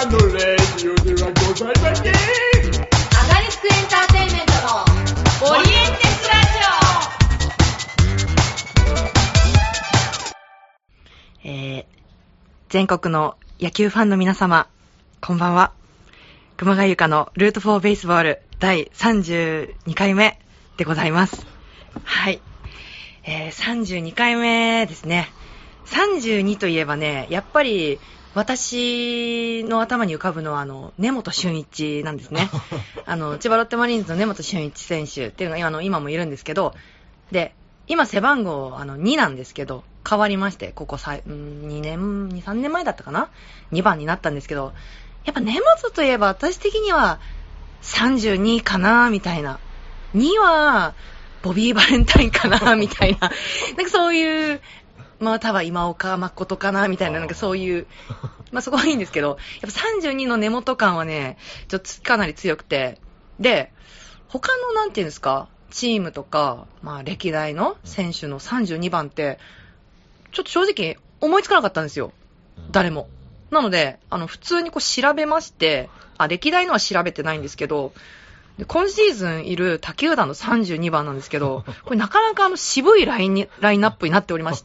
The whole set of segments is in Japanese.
のレディオではございません。 アガリスクエンターテインメントのオリエンテスラジオ。全国の野球ファンの皆様、こんばんは。熊谷由香のルート4ベースボール第32回目でございます。はい。32回目ですね。32といえばね、やっぱり私の頭に浮かぶのは根本俊一なんですね。千葉ロッテマリーンズの根本俊一選手っていうのが今もいるんですけど、で、今背番号2なんですけど、変わりまして、ここ3年前だったかな ?2 番になったんですけど、やっぱ根本といえば私的には32かなみたいな。2はボビーバレンタインかなみたいな。なんかそういう、まあ多分今岡誠かなみたいな、なんかそういう、まあそこはいいんですけど、やっぱ32の根元感はね、ちょっとかなり強くて、で、他のなんていうんですか、チームとか、まあ歴代の選手の32番って、ちょっと正直思いつかなかったんですよ。誰も。なので、普通にこう調べまして、歴代のは調べてないんですけど、で今シーズンいる他球団の32番なんですけど、これなかなか渋いラインナップになっておりまして、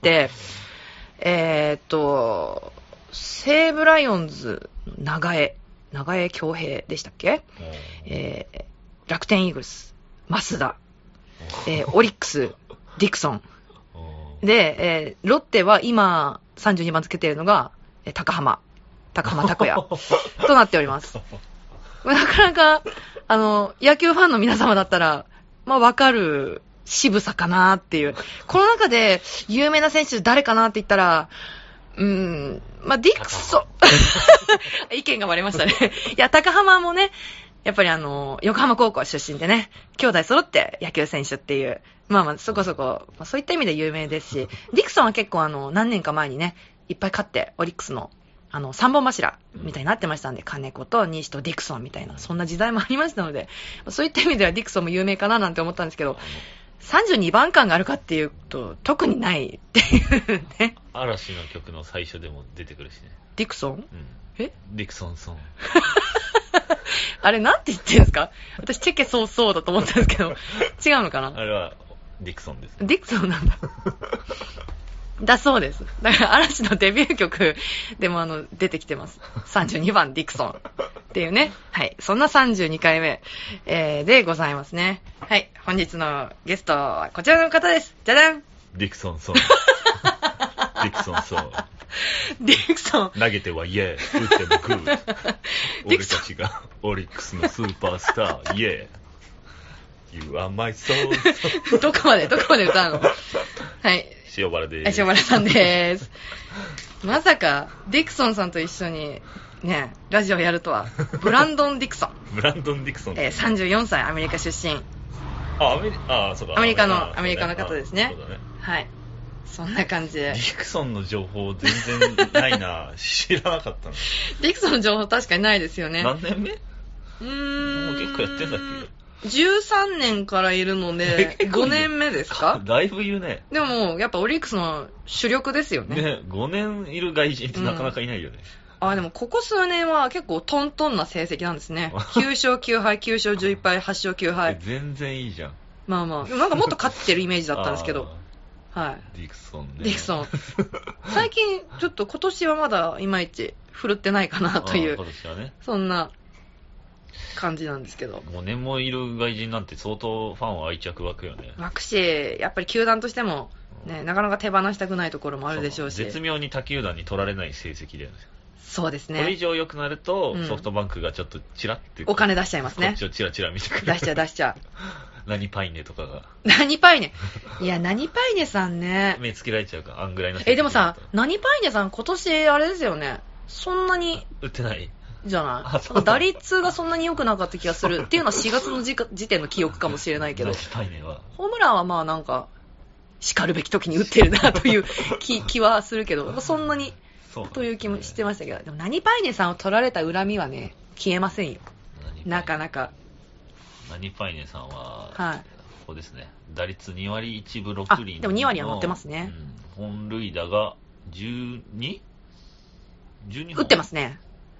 西武ライオンズ、長江恭平でしたっけ？楽天イーグルス、増田、オリックス、ディクソン。で、ロッテは今32番つけているのが、高浜拓也となっております。なかなか、野球ファンの皆様だったら、まあわかる渋さかなっていう。この中で有名な選手誰かなって言ったら、まあディクソン。意見が割れましたね。いや、高浜もね、やっぱり横浜高校出身でね、兄弟揃って野球選手っていう、まあまあそこそこ、まあ、そういった意味で有名ですし、ディクソンは結構何年か前にね、いっぱい勝って、オリックスの三本柱みたいになってましたんで、金子と西とディクソンみたいな、そんな時代もありましたので、そういった意味ではディクソンも有名かななんて思ったんですけど、32番感があるかっていうと、特にないっていうね。 嵐の曲の最初でも出てくるしね。 ディクソン？ ディクソンソン。 あれなんて言ってるんですか？私チェケそうそうだと思ったんですけど、違うのかな？ あれはディクソンです、ね。 ディクソンなんだ。だそうです。だから嵐のデビュー曲でも出てきてます。32番ディクソンっていうね。はい。そんな32回目、でございますね。はい。本日のゲストはこちらの方です。じゃじゃん！ ディクソンソン。ディクソンソン。 ディクソン。 投げてはイエー。打ってもグー。俺たちがオリックスのスーパースター、イエー。You are my soul. どこまで歌うの？はい。 塩原でーす。 塩原さんでーす。まさか、ディクソンさんと一緒に、ね、ラジオやるとは。ブランドン・ディクソン。 ブランドン・ディクソン。 34歳、アメリカ出身。 そうか。 アメリカの方ですね。 そうだね。 はい。そんな感じで。 ディクソンの情報全然ないな。知らなかったの。 ディクソンの情報確かにないですよね。 何年目？もう結構やってんだっけ ？13年からいるので、5年目ですか？ だいぶ言うね。 でも、やっぱオリックスの主力ですよね。 ね、5年いる外人ってなかなかいないよね。 でもここ数年は結構トントンな成績なんですね。9勝9敗、9勝11敗、8勝9敗。 全然いいじゃん。 まあまあ、でもなんかもっと勝ってるイメージだったんですけど。はい。 ディクソンね。 ディクソン。最近、ちょっと今年はまだいまいち振るってないかなという。 今年はね。 そんな感じなんですけど。 5年もいる外人なんて相当ファンは愛着湧くよね。 湧くし、やっぱり球団としても、ね、なかなか手放したくないところもあるでしょうし。 絶妙に他球団に取られない成績だよね。 そうですね。 これ以上良くなると、ソフトバンクがちょっとチラって、 お金出しちゃいますね。 こっちをチラチラ見てくる。 出しちゃう。 何パイネとかが。 何パイネ。いや、何パイネさんね。 目つけられちゃうか、あんぐらいの。 でもさ、何パイネさん今年あれですよね。そんなに。 打ってない。 じゃない。打率がそんなに良くなかった気がする。っていうのは4月の時点の記憶かもしれないけど。 何パイネは。 ホームランはまあなんか、叱るべき時に打ってるなという気はするけど、そんなに。という気もしてましたけど、でも何パイネさんを取られた恨みはね、消えませんよ。なかなか。 何パイネさんは、 はい。 ここですね。打率2割1分6厘。 でも2割は乗ってますね。 本塁打が 12？ 12 打ってますね。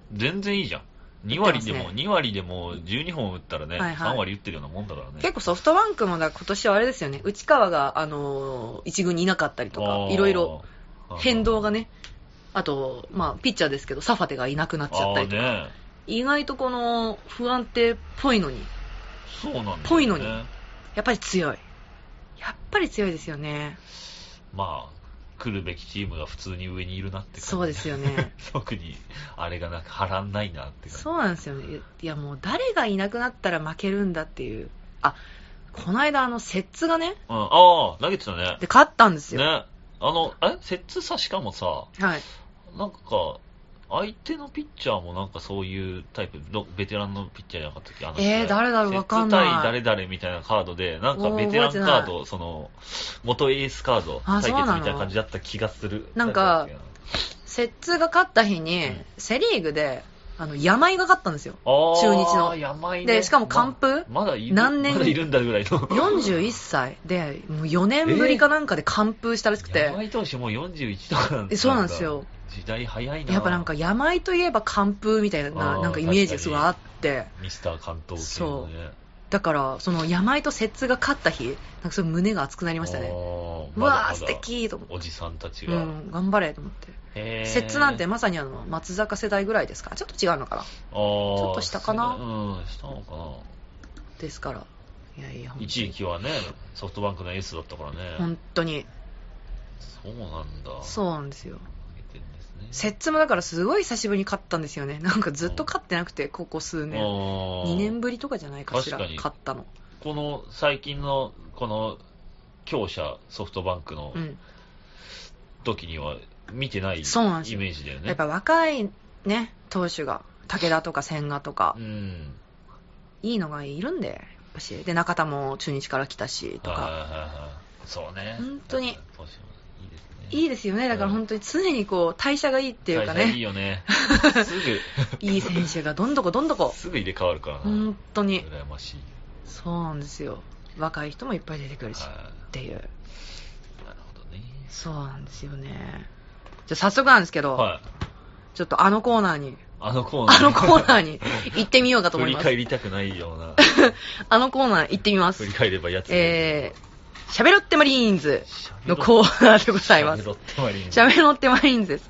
全然いいじゃん。2割でも、 打ってますね 2割でも12本打ったらね、 はいはい 3割打ってるようなもんだからね。 結構ソフトバンクも今年はあれですよね、内川が、一軍にいなかったりとか、いろいろ変動がね、あと、まあ、ピッチャーですけど、サファテがいなくなっちゃったりとか、 ね、 意外とこの不安定っぽいのに、 そうなんだよね。 ぽいのにやっぱり強い。やっぱり強いですよね。 まあ、来るべきチームが普通に上にいるなって感じ。 そうですよね。 特に、あれがなんか波乱ないなって感じ。 そうなんですよね。いや、もう誰がいなくなったら負けるんだっていう。あ、この間セッツがね、 うん、ああ、投げてたね。 で、勝ったんですよ。 ね。セッツさしかもさ、 はい。 なんか、相手のピッチャーもなんかそういうタイプ、ベテランのピッチャーじゃなかったっけ誰だろうわかんないセッツ対誰々みたいなカードで、なんかベテランカード、元エースカード、対決みたいな感じだった気がする。 なんか、セッツが勝った日に、セリーグで、山井が勝ったんですよ。中日の。 山井ね。 で、しかも完封、 まだいる何年まだいるんだぐらいの。 41歳で、もう4年ぶりかなんかで完封したらしくて。 山井投手もう41とかなんだ。 そうなんですよ。 時代早いな。 やっぱなんか山井といえば完封みたいな、なんかイメージがすごいあって。 ミスター関東系のね。 そう。だから、その山井とセッツが勝った日、なんかすごい胸が熱くなりましたね。うわー、素敵と思って。 おじさんたちが。 うん、頑張れと思って。セッツなんてまさに松坂世代ぐらいですか？ちょっと違うのかな？ちょっと下かな？ うん、下なのかな？ ですから。いやいや、 一時期はね、ソフトバンクのエースだったからね。 本当に。 そうなんだ。 そうなんですよ。セッツもだからすごい久しぶりに勝ったんですよね。なんかずっと勝ってなくて、ここ数年。2年ぶりとかじゃないかしら、勝ったの。 この最近の、この強者ソフトバンクの時には見てないイメージだよね。 やっぱ若いね、投手が、武田とか千賀とか、いいのがいるんで、やっぱし。で、中田も中日から来たし、とか。 そうね。 本当に。いいですよね。だから本当に常にこう代謝がいいっていうかね。 代謝いいよね。すぐいい選手がどんどこ。 すぐ入れ替わるからな。 本当に。 羨ましい。 そうなんですよ。若い人もいっぱい出てくるし、っていう。なるほどね。 そうなんですよね。じゃあ早速なんですけど、ちょっとコーナーに行ってみようかと思います。 振り返りたくないような。 コーナー行ってみます。 振り返ればやつしゃべろってマリーンズのコーナーでございます。しゃべろってマリーンズです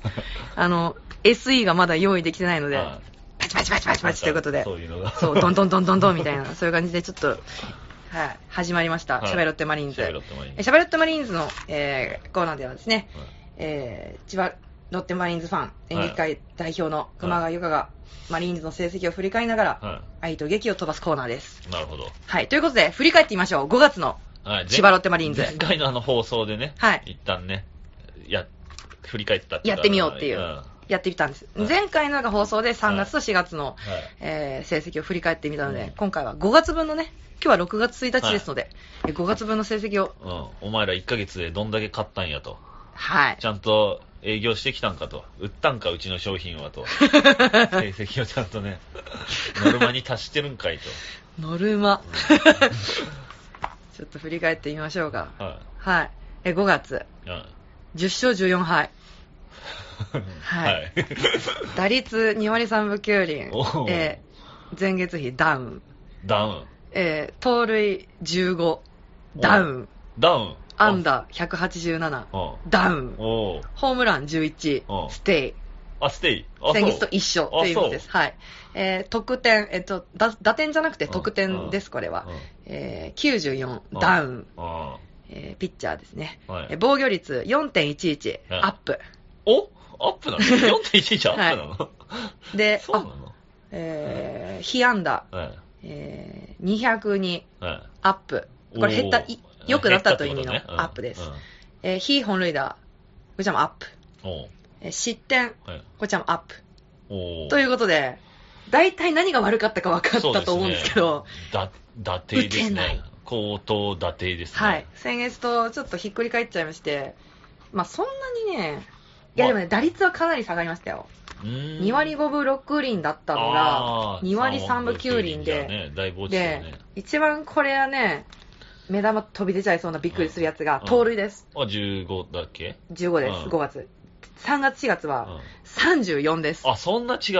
。SE がまだ用意できてないので、パチパチということで、そう、どんどんみたいな、そういう感じでちょっと、はい、始まりました。しゃべろってマリーンズ。しゃべろってマリーンズの、コーナーではですね、千葉ロッテマリーンズファン、演劇界代表の熊谷由香が、マリーンズの成績を振り返りながら、愛と劇を飛ばすコーナーです。 なるほど。 はい、ということで、振り返ってみましょう。5月の千葉ロッテマリーンズ。 前回の放送でね、一旦ね、振り返ったやってみようっていう、やってみたんです。前回の放送で3月と4月の成績を振り返ってみたので、今回は5月分のね、今日は6月1日ですので、5月分の成績を。 お前ら1ヶ月でどんだけ買ったんやと。 はい。 ちゃんと営業してきたんかと。売ったんか、うちの商品はと。成績をちゃんとね、ノルマに達してるんかいと。 ノルマ。ちょっと振り返ってみましょうか。はい。5月。10勝14敗。はい。打率2割3分9厘。前月比ダウン。盗塁15。ダウン。アンダー187。ダウン。ホームラン11。ステイ。 ステイ。 先月と一緒という意味です。はい。得点、打点じゃなくて得点です、これは。94、ダウン。ピッチャーですね。防御率 4.11、アップ。 アップなの？ 4.11 アップなの？ で、 そうなの？ 被安打、202、アップ。これ減った、良くなったという意味のアップです。被本塁打、こちらもアップ。失点、こちらもアップ。ということで、大体何が悪かったか分かったと思うんですけど、 打定ですね。高等打定ですね。 はい。先月とちょっとひっくり返っちゃいまして、まあそんなにね、いやでもね、打率はかなり下がりましたよ。2割5分6厘だったのが、2割3分9厘で、で、一番これはね、目玉飛び出ちゃいそうなびっくりするやつが、盗塁です。 15だっけ？ 15です、5月。3月4月は34です。 そんな違う。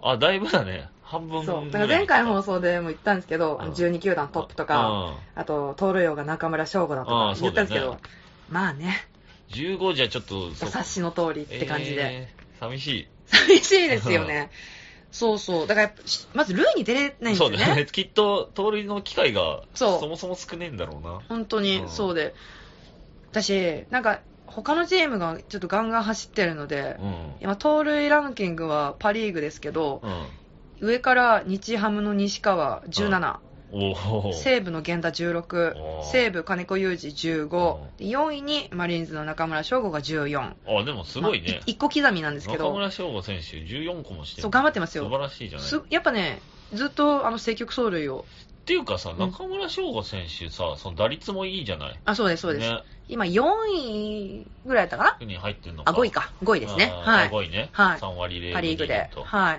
あ、だいぶだね。半分ぐらい。 そう。だから前回の放送でも言ったんですけど、12球団トップとか、あと、盗塁王が中村奨吾だとか言ったんですけど、まあね。 15じゃちょっと、 察しの通りって感じで。 寂しい。 寂しいですよね。そうそう。だからまず塁に出れないんですよね。 そうだね。きっと、盗塁の機会が、 そもそも少ねえんだろうな。 本当に、そうで。私、なんか、他のチームがちょっとガンガン走ってるので、今、盗塁ランキングはパリーグですけど、上から日ハムの西川17、西武の源田16、西武金子裕二15、4位にマリーンズの中村奨吾が14。 あ、でもすごいね。 1個刻みなんですけど。 中村奨吾選手14個もしてる。 そう、頑張ってますよ。 素晴らしいじゃない。 やっぱね、ずっと積極走塁を。 っていうかさ、中村奨吾選手さ、その打率もいいじゃない。 あ、そうです、そうです。今4位ぐらいだったかな。 に入ってんのか。 あ、5位か。5位ですね。はい。 5位ね。 はい。 3割0分。 パリーグで。はい。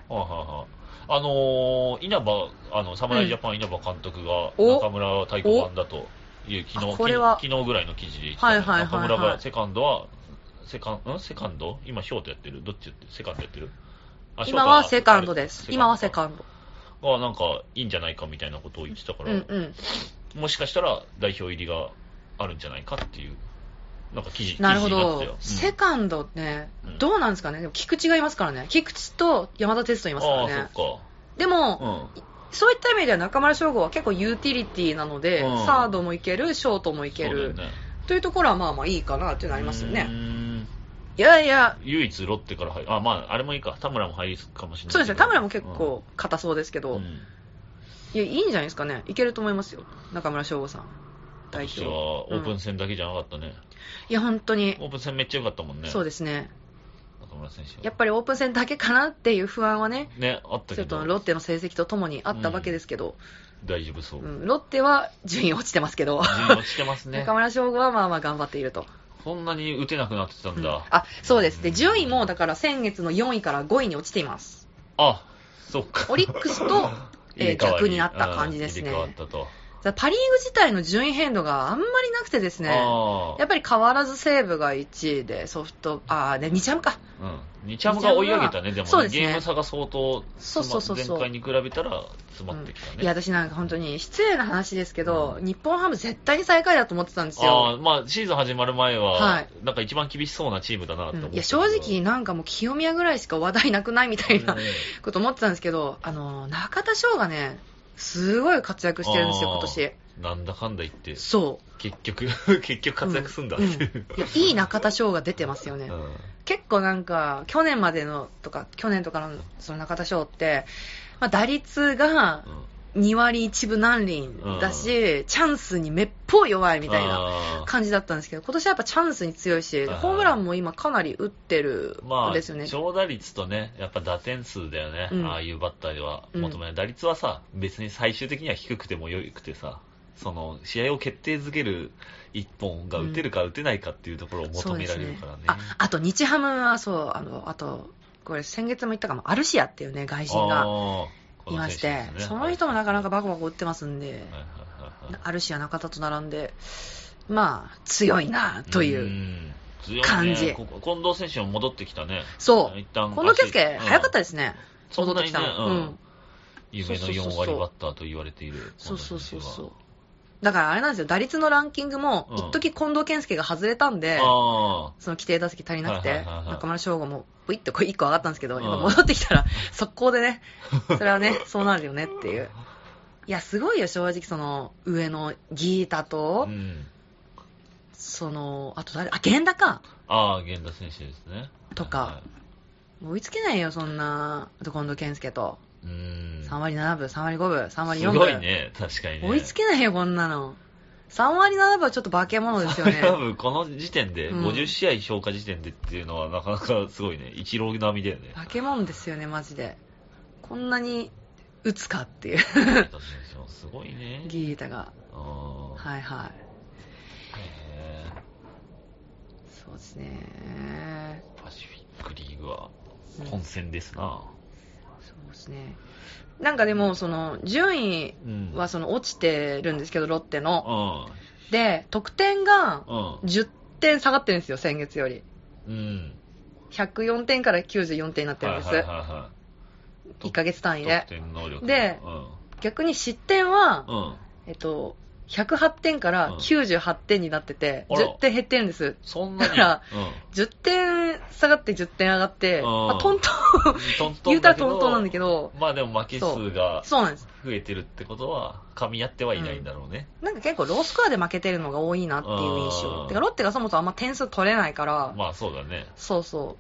稲葉、侍ジャパン稲葉監督が中村太鼓判だという、昨日ぐらいの記事で言ってた、ね。中村がセカンドは、セカンド今ショートやってる？どっちやってる？セカンドやってる？ 今はセカンドです。今はセカンド。 がなんかいいんじゃないかみたいなことを言ってたから、もしかしたら代表入りがあるんじゃないかっていう、なんか記事になってたよ。なるほど。 セカンドね、どうなんですかね。でも菊池がいますからね。菊池と山田哲人いますからね。 ああ、そっか。 でも、そういった意味では中村奨吾は結構ユーティリティなので、サードもいける、ショートもいける、というところはまあまあいいかなっていうのありますよね。いやいや。 唯一ロッテから入る。あ、まあ、あれもいいか。田村も入るかもしれない。 そうですね。田村も結構硬そうですけど。いや、いいんじゃないですかね。いけると思いますよ。中村奨吾さん。 代表はオープン戦だけじゃなかったね。 いや、本当に。 オープン戦めっちゃ良かったもんね。 そうですね。 中村選手は。 やっぱりオープン戦だけかなっていう不安はね。 ね、あったけど。 ちょっとロッテの成績とともにあったわけですけど。 大丈夫そう。 ロッテは順位落ちてますけど。 順位落ちてますね。 中村奨吾はまあまあ頑張っていると。 そんなに打てなくなってたんだ。 あ、そうです。で、順位もだから先月の4位から5位に落ちています。 あ、そっか。 オリックスと、逆になった感じですね。 入れ替わったと。 パリーグ自体の順位変動があんまりなくてですね、やっぱり変わらず西武が1位で、ソフト、日ハムか。 日ハムが追い上げたね、でもね、ゲーム差が相当、前回に比べたら詰まってきたね。 いや、私なんか本当に失礼な話ですけど、日本ハム絶対に最下位だと思ってたんですよ。 まあ、シーズン始まる前は、なんか一番厳しそうなチームだなって思って。 いや、正直なんかもう清宮ぐらいしか話題なくないみたいなこと思ってたんですけど、中田翔がね、すごい活躍してるんですよ、今年。 なんだかんだ言って。 そう。 結局活躍すんだって。 いい中田翔が出てますよね。結構なんか、去年とかのその中田翔って、まあ、打率が2割1分何厘だし、チャンスにめっぽう弱いみたいな感じだったんですけど、今年はやっぱチャンスに強いし、ホームランも今かなり打ってるんですよね。 長打率とね、やっぱ打点数だよね。ああいうバッターでは求めない。打率はさ、別に最終的には低くても良くてさ、その試合を決定づける一本が打てるか打てないかっていうところを求められるからね。 あと日ハムはそう、あと、これ先月も言ったかも、アルシアっていうね、外人がいまして、その人もなかなかバコバコ打ってますんで、アルシア中田と並んで、まあ、強いなという感じ。 近藤選手も戻ってきたね。 そう。近藤圭介、早かったですね。戻ってきたの。 夢の4割バッターと言われている。 そう。だからあれなんですよ、打率のランキングも、一時近藤健介が外れたんで、その規定打席足りなくて、中村奨吾も、ブイッと1個上がったんですけど、戻ってきたら、速攻でね、それはね、そうなるよねっていう。いや、すごいよ、正直、その、上のギータと、あと誰、源田か。 源田選手ですね。 とか、追いつけないよ、そんな、近藤健介と。3割7分、3割5分、3割4分。 すごいね、確かにね。 追いつけないよ、こんなの。3割7分はちょっと化け物ですよね。 3割7分、この時点で、50試合消化時点でっていうのはなかなかすごいね。イチロー並みだよね。 化け物ですよね、マジで。こんなに打つかっていう。 すごいね。 ギータが。はいはい。そうですね。 パシフィックリーグは混戦ですな。 そうですね。なんかでも、その、順位はその落ちてるんですけど、ロッテの。で、得点が10点下がってるんですよ、先月より。104点から94点になってるんです。 1ヶ月単位で。 得点能力で、逆に失点は、108点から98点になってて、10点減ってるんです。 そんなにだから、10点下がって10点上がって、まあ、トントン、言うたらトントンなんだけど、 まあでも負け数がそうなんです。 増えてるってことは、噛み合ってはいないんだろうね。 なんか結構ロースコアで負けてるのが多いなっていう印象。てかロッテがそもそもあんま点数取れないから、 まあそうだね。 そうそう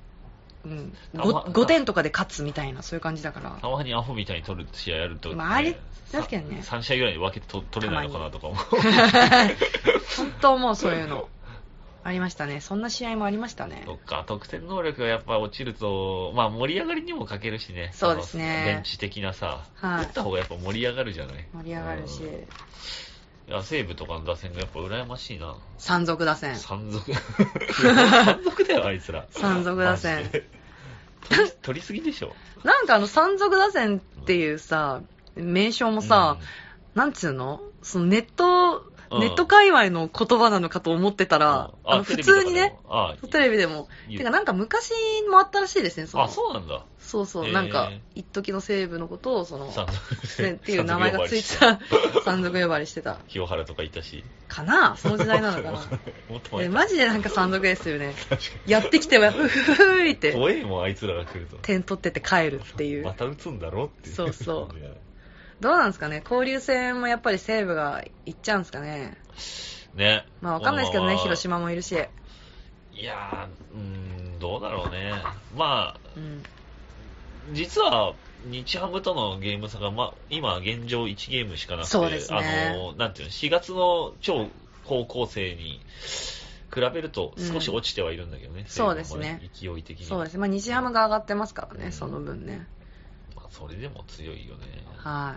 。5点とかで勝つみたいな、そういう感じだから。 たまにアホみたいに取る試合やると、 まあ、あれ、確かにね。 3試合ぐらいで分けて取れないのかなとか思う。 本当もうそういうの。ありましたね。そんな試合もありましたね。 そっか、得点能力がやっぱ落ちると、まあ盛り上がりにも欠けるしね。 そうですね。 ベンチ的なさ、打った方がやっぱ盛り上がるじゃない。 盛り上がるし。 いや、西武とかの打線がやっぱ羨ましいな。 山賊打線。 山賊山賊だよ、あいつら。 山賊打線。 取りすぎでしょ。 なんか山賊打線っていうさ、名称もさ、なんつうのそのネット界隈の言葉なのかと思ってたら、普通にね、テレビでも。てかなんか昔もあったらしいですね、 あ、そうなんだ。 そうそう、なんか、一時の西武のことを、っていう名前がついた山賊呼ばれしてた。 清原とかいたし。 かなその時代なのかなマジでなんか山賊ですよね。やってきては、ふふふいって。 怖いもん、あいつらが来ると。 点取ってって帰るっていう。 また打つんだろっていう。 そうそう。どうなんですかね交流戦もやっぱり西武が行っちゃうんですかね。 ね。 まあわかんないですけどね、広島もいるし。 いやー、どうだろうね。まあ、実は、日ハムとのゲーム差が、今現状1ゲームしかなくて、 そうですね。 なんていうの、4月の超高校生に比べると少し落ちてはいるんだけどね。 そうですね。 勢い的に。 そうですね。まあ日ハムが上がってますからね、その分ね。 それでも強いよね。 はい。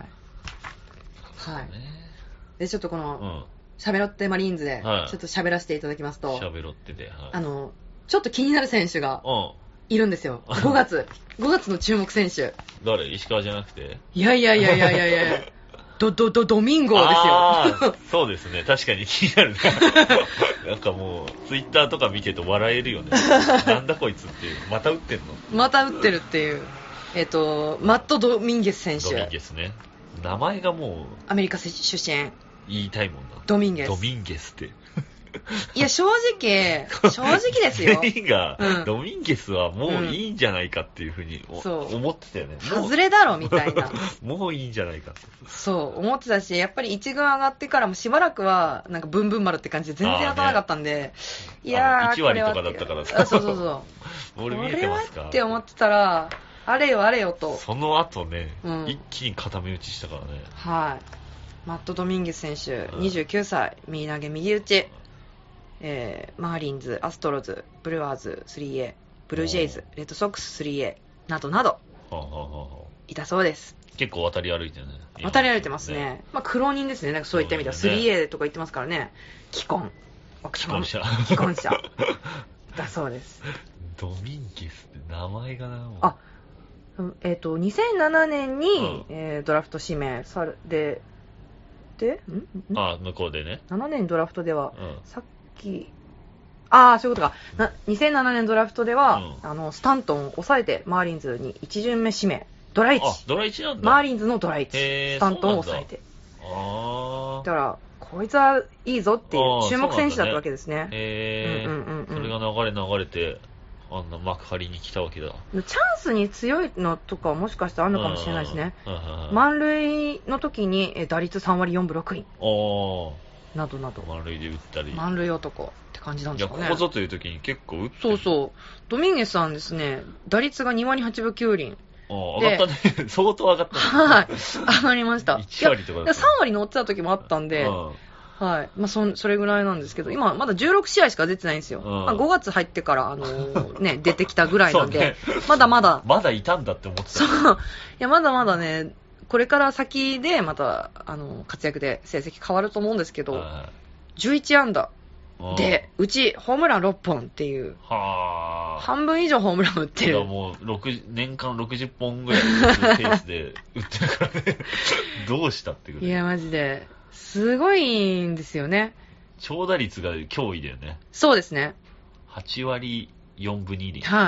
はい。で、ちょっとこの、シャベロッテマリーンズで、ちょっと喋らせていただきますと、 シャベロッテで、 ちょっと気になる選手がいるんですよ。5月の注目選手。 誰？石川じゃなくて？ いや。ドミンゴですよ。 そうですね。確かに気になるね。なんかもう、ツイッターとか見てると笑えるよね。なんだこいつっていう。また打ってんの？ また打ってるっていう。マット・ドミンゲス選手。 ドミンゲスね。名前がもう、 アメリカ出身。 言いたいもんな。 ドミンゲス。 ドミンゲスって。 いや、正直ですよ。 全員が、ドミンゲスはもういいんじゃないかっていうふうに思ってたよね。 外れだろ、みたいな。 もういいんじゃないかって。 そう、思ってたし、やっぱり1軍上がってからもしばらくは、なんかブンブン丸って感じで全然当たらなかったんで、いやー、 1割とかだったからさ。 そう。 ボール見えてますか？ これはって思ってたら、あれよと。 その後ね、一気に固め打ちしたからね。 はい。マット・ドミンゲス選手、29歳、右投げ右打ち。マーリンズ、アストロズ、ブルワーズ 3A、ブルージェイズ、レッドソックス 3A などなどいたそうです。 結構渡り歩いてるね。 渡り歩いてますね。まあ苦労人ですね。なんかそういった意味では 3A とか言ってますからね。既婚者だそうです。 ドミンゲスって名前がな。 2007年に、ドラフト指名されで向こうでね。 7年ドラフトでは、さっきそういうことか。2007年ドラフトでは、スタントンを抑えて、マーリンズに1巡目指名。ドラ1なんだ。マーリンズのドラ1。スタントンを抑えて。だから、こいつはいいぞっていう注目選手だったわけですね。 それが流れて、あんな幕張に来たわけだ。 チャンスに強いのとかもしかしたらあるのかもしれないですね。満塁の時に打率3割4分6厘。などなど。 満塁で打ったり。 満塁男って感じなんですかね。 いや、ここぞという時に結構打ってる。 そう。ドミンゲスさんですね、打率が2割8分9厘。 上がったね。相当上がったね。 はい。上がりました。 1割とかだった。 3割乗ってた時もあったんで、はい。まあ、それぐらいなんですけど、今、まだ16試合しか出てないんですよ。まあ、5月入ってから、出てきたぐらいなんで、まだまだ。 まだいたんだって思ってた。 そう。いや、まだまだね、これから先で、また、活躍で成績変わると思うんですけど、11安打で、うち、ホームラン6本っていう、半分以上ホームラン打ってる。 もう、年間60本ぐらいのペースで打ってるからね。どうしたってくらい。 いや、マジで。すごいんですよね。 長打率が驚異だよね。 そうですね。 8割4分2厘。 はい。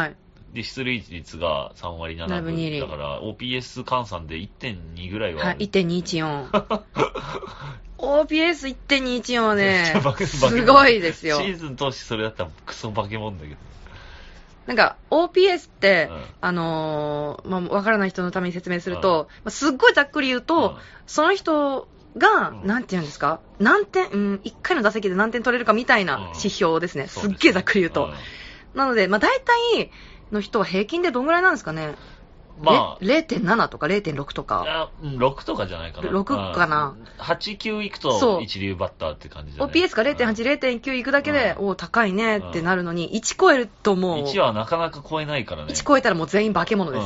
で、出塁率が3割7分。だから、OPS 換算で 1.2 ぐらいは。 はい、1.214。OPS1.214 はね、すごいですよ。 シーズン通してそれだったらクソ化け物だけど。 なんか、OPS って、わからない人のために説明すると、すっごいざっくり言うと、その人が、なんて言うんですか、何点、1回の打席で何点取れるかみたいな指標ですね。すっげえざっくり言うと。なので、大体の人は平均でどんぐらいなんですかね。0.7 とか 0.6 とか。 6とかじゃないかな。 6かな。 8、9いくと一流バッターって感じじゃない。 OPS が 0.8、0.9 いくだけで、高いねってなるのに、1超えるともう。 1はなかなか超えないからね。 1超えたらもう全員化け物です。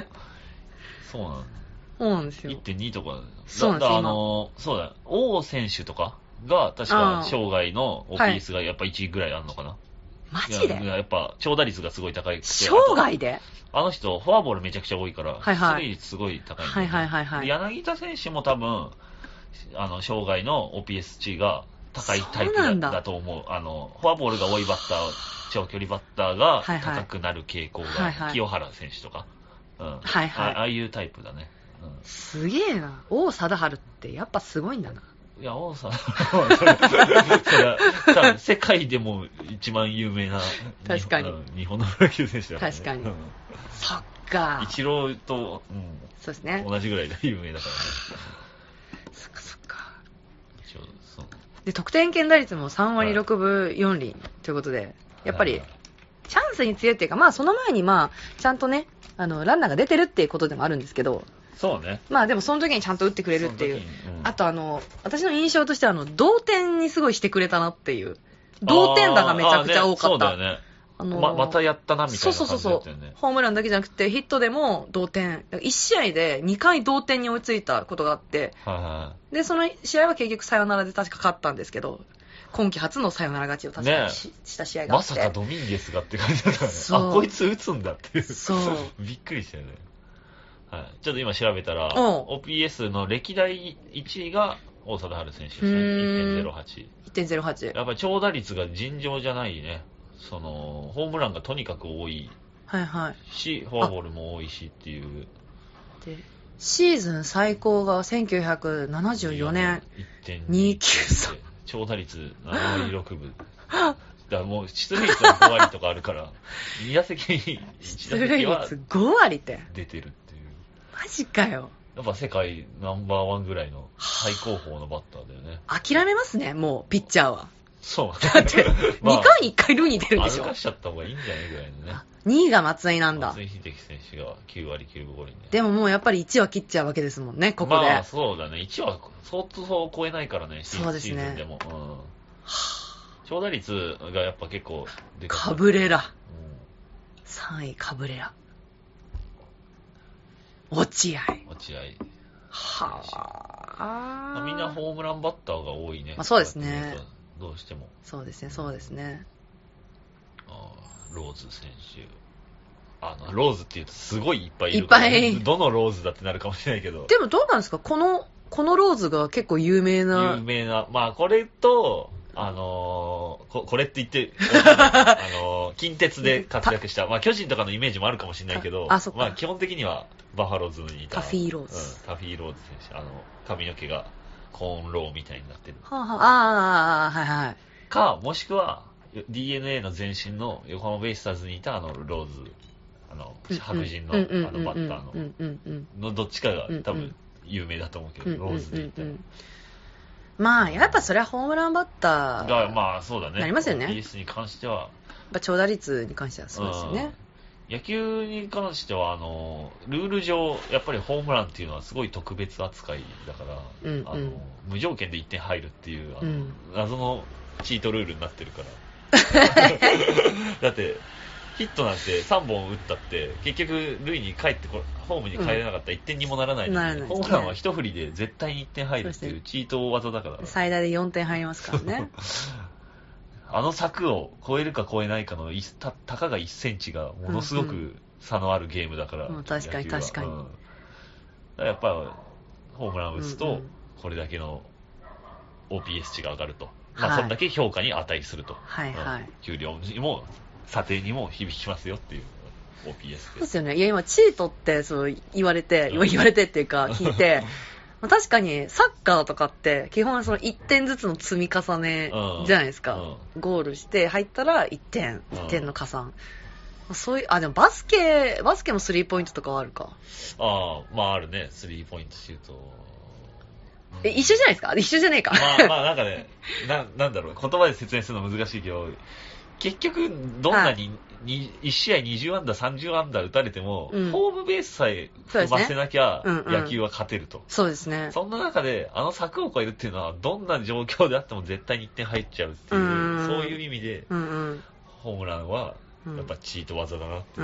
そうなんだ。 そうなんですよ。 1.2 とか。 そうなんですよ。そうだ。王選手とかが、確か生涯の OPS がやっぱ1ぐらいあるのかな。 マジで？ やっぱ長打率がすごい高い。 生涯で？ あの人、フォアボールめちゃくちゃ多いから、出塁率すごい高い。柳田選手も多分、生涯の OPS 値が高いタイプだと思う。フォアボールが多いバッター、長距離バッターが高くなる傾向が、清原選手とか、ああいうタイプだね。 すげえな。王貞治ってやっぱすごいんだな。 いや、王さん、それは多分世界でも一番有名な確かに日本のプロ野球選手だからね。 確かに。そっか。 イチローと、 そうですね。 同じぐらいで有名だからね。 そっかそっか。 一応そう。 で、得点圏打率も3割6分4厘ということで、やっぱり、チャンスに強いっていうか、その前にちゃんとね、ランナーが出てるっていうことでもあるんですけど、 そうね。 でもその時にちゃんと打ってくれるっていう。あと私の印象としては同点にすごいしてくれたなっていう。同点打がめちゃくちゃ多かった。 そうだよね。またやったなみたいな感じだったよね。そう。 ホームランだけじゃなくてヒットでも同点。1試合で2回同点に追いついたことがあって。で、その試合は結局サヨナラで確か勝ったんですけど、今季初のサヨナラ勝ちを確かにした試合があって。 まさかドミンゲスがって感じだったからね。こいつ打つんだっていう。 そう。 びっくりしたよね。ちょっと今調べたら、OPS の歴代1位が王貞治選手ですね。1.08。 1.08。 やっぱり長打率が尋常じゃないね。ホームランがとにかく多いし、フォアボールも多いしっていう。 で、シーズン最高が1974年。1.293。 長打率7割6分。だからもう出塁率は5割とかあるから、2打席に1打席は 5割って出てるっていう。 マジかよ。 やっぱ世界ナンバーワンぐらいの最高峰のバッターだよね。 諦めますね、もう、ピッチャーは。 そう。 だって、2回に1回塁に出るんでしょ。 歩かしちゃった方がいいんじゃないぐらいのね。 2位が松井なんだ。 松井秀喜選手が9割9分5厘ね。 でももうやっぱり1は切っちゃうわけですもんね、ここで。 そうだね。1は相当超えないからね、 そうですね。 シーズンでも。長打率がやっぱ結構でかい。カブレラ。3位カブレラ。落合。はぁ。みんなホームランバッターが多いね。 そうですね。 どうしても。 そうですね。 ローズ選手。ローズって言うとすごいいっぱいいるから、ね。いっぱい。どのローズだってなるかもしれないけど。 でもどうなんですかこのローズが結構有名な。 これと、これって言って、近鉄で活躍した、巨人とかのイメージもあるかもしれないけど、基本的にはバファローズにいた。 タフィーローズ。 タフィーローズ選手。髪の毛がコーンローみたいになってる。 はい。 もしくは、DNA の前身の横浜ベイスターズにいたローズ、白人のバッターのどっちかが多分有名だと思うけど、ローズでいた。 やっぱそれはホームランバッターが、そうだね。 なりますよね。 PS に関しては。 長打率に関してはそうですよね。 野球に関しては、ルール上、やっぱりホームランっていうのはすごい特別扱いだから、無条件で1点入るっていう、謎のチートルールになってるから。だって、ヒットなんて3本打ったって、結局、塁に帰ってホームに帰れなかったら1点にもならないので、ホームランは一振りで絶対に1点入るっていうチート技だから。 最大で4点入りますからね。 柵を越えるか越えないかのたかが1センチがものすごく差のあるゲームだから。 確かに。 やっぱ、ホームラン打つと、これだけの OPS 値が上がると。そんだけ評価に値すると。給料にも、査定にも響きますよっていう。 OPS そうで。 ですよね。いや、今、チートってそう言われてっていうか、聞いて、まあ確かに、サッカーとかって、基本はその1点ずつの積み重ねじゃないですか。ゴールして入ったら1点の加算。そういう、でもバスケもスリーポイントとかはあるか。 まああるね、スリーポイントシュート。 一緒じゃないですか？一緒じゃねえか。 まあなんかね、なんだろう、言葉で説明するの難しいけど、結局、どんなに、1試合20安打、30安打打たれても、ホームベースさえ踏ませなきゃ、野球は勝てると。 そうですね。 そんな中で、柵を越えるっていうのは、どんな状況であっても絶対に1点入っちゃうっていう、そういう意味で、ホームランは、やっぱチート技だなっていう。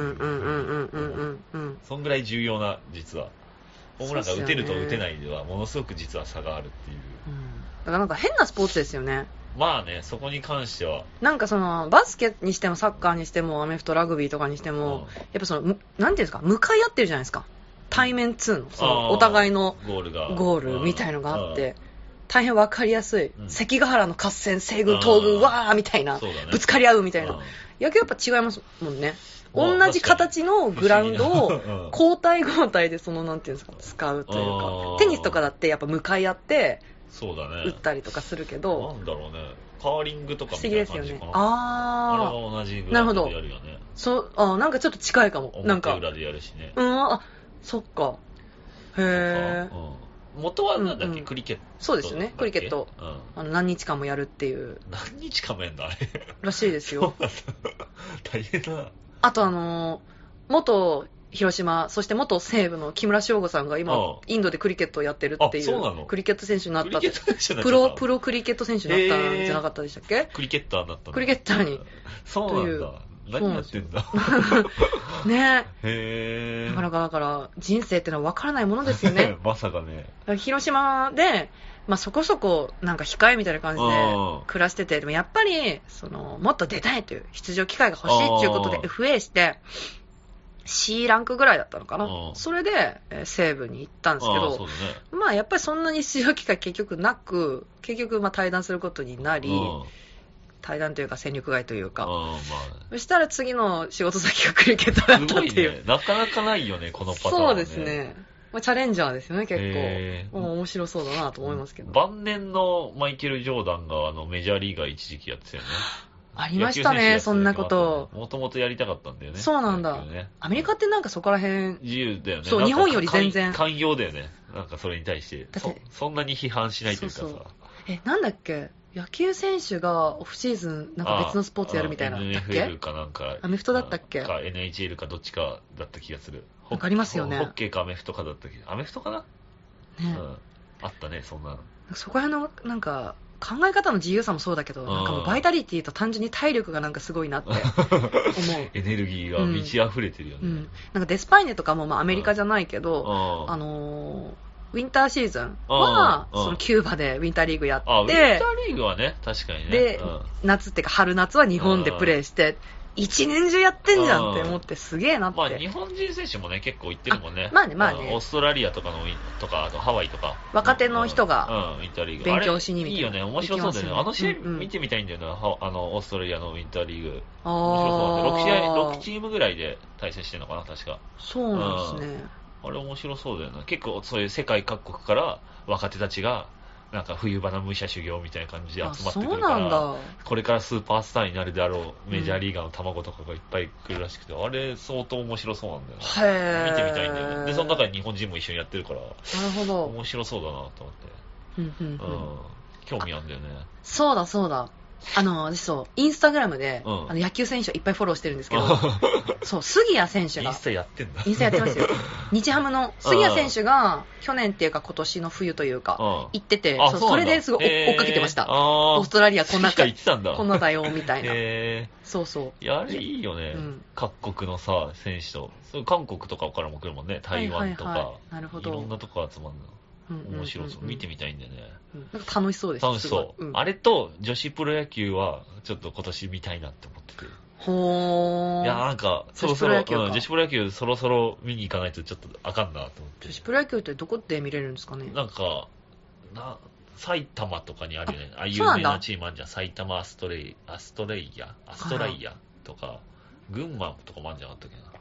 そんぐらい重要な、実は。ホームランが打てると打てないでは、ものすごく実は差があるっていう。 だからなんか変なスポーツですよね。 まあね、そこに関しては。 なんかその、バスケにしてもサッカーにしても、アメフト、ラグビーとかにしても、やっぱその、なんていうんですか、向かい合ってるじゃないですか。対面2の、その、お互いのゴールみたいのがあって、大変わかりやすい。関ヶ原の合戦、西軍、東軍、わーみたいな、ぶつかり合うみたいな。野球やっぱ違いますもんね。同じ形のグラウンドを交代交代でそのなんていうんですか使うというか、テニスとかだってやっぱ向かい合って打ったりとかするけど、 なんだろうね、カーリングとかみたいな感じかな。 あれは同じグラウンドでやるよね。 なんかちょっと近いかも。なんか表裏でやるしね。 そっか。へー。 元はなんだっけ、クリケット。 そうですよね、クリケット。何日間もやるっていう。 何日間もやるんだ、あれ。 らしいですよ。 大変だ。 あと元広島、そして元西武の木村翔吾さんが今、インドでクリケットをやってるっていう、クリケット選手になった。プロクリケット選手になったんじゃなかったでしたっけ？ クリケッターになったんだ。 クリケッターに。 そうなんだ。何やってんだ。 ねへなかなかだから、人生ってのは分からないものですよね。 まさかね。 広島で、そこそこなんか控えみたいな感じで暮らしてて、でもやっぱり、もっと出たいという出場機会が欲しいっていうことで FA して、C ランクぐらいだったのかな。それで、西武に行ったんですけど、やっぱりそんなに出場機会結局なく、結局退団することになり、対談というか戦力外というか、そしたら次の仕事先がクリケットだったっていう。 なかなかないよね、このパターン、 そうですね。チャレンジャーですよね、結構。面白そうだなと思いますけど。 晩年のマイケル・ジョーダンがメジャーリーガー一時期やってたよね。 ありましたね、そんなこと。 もともとやりたかったんだよね。 そうなんだ。アメリカってなんかそこら辺。 自由だよね。 そう、日本より全然。 寛容だよね。なんかそれに対して。そんなに批判しないというかさ。 なんだっけ野球選手がオフシーズンなんか別のスポーツやるみたいな。 NFL かなんか。 アメフトだったっけか NHL かどっちかだった気がする。 なんかありますよね。 ホッケーかアメフトかだったっけアメフトかなね。あったね、そんなの。 そこら辺のなんか、考え方の自由さもそうだけど、なんかもうバイタリティと単純に体力がなんかすごいなって思う。 エネルギーが満ち溢れてるよね。 なんかデスパイネとかもアメリカじゃないけど、ウィンターシーズンは、そのキューバでウィンターリーグやって、ウィンターリーグはね、確かにね。 で、夏っていうか春夏は日本でプレーして、一年中やってんじゃんって思ってすげえなって。 日本人選手もね、結構行ってるもんね。 まあね。 オーストラリアとかあとハワイとか。 若手の人が、勉強しにみたいな。 いいよね、面白そうだよね。あの試合見てみたいんだよな、オーストラリアのウィンターリーグ。面白そうだね。6チームぐらいで対戦してるのかな、確か。 そうなんですね。 あれ面白そうだよな。結構そういう世界各国から若手たちが、なんか冬場の武者修行みたいな感じで集まってくるから、これからスーパースターになるであろうメジャーリーガーの卵とかがいっぱい来るらしくて、あれ相当面白そうなんだよね。見てみたいんだよね。で、その中に日本人も一緒にやってるから、なるほど。 面白そうだなと思って。興味あるんだよね。 そうだ。私インスタグラムで、野球選手をいっぱいフォローしてるんですけど、そう、杉谷選手が。 インスタやってんだ。 インスタやってますよ。日ハムの杉谷選手が、去年っていうか今年の冬というか、行ってて、それですごい追っかけてました。オーストラリアこんなだよ、みたいな。そう。 いや、あれいいよね。各国のさ、選手と。韓国とかからも来るもんね。台湾とか。 なるほど。 いろんなとこ集まるの。面白そう。見てみたいんだよね。 なんか楽しそうです。 楽しそう。あれと女子プロ野球はちょっと今年見たいなって思ってて。 ほー。 いや、なんか、そろそろ、女子プロ野球そろそろ見に行かないとちょっとあかんなと思って。 女子プロ野球ってどこで見れるんですかね？ なんか、埼玉とかにあるよね。有名なチームあるじゃん。埼玉アストレイヤとか、群馬とかもあるんじゃなかったっけな。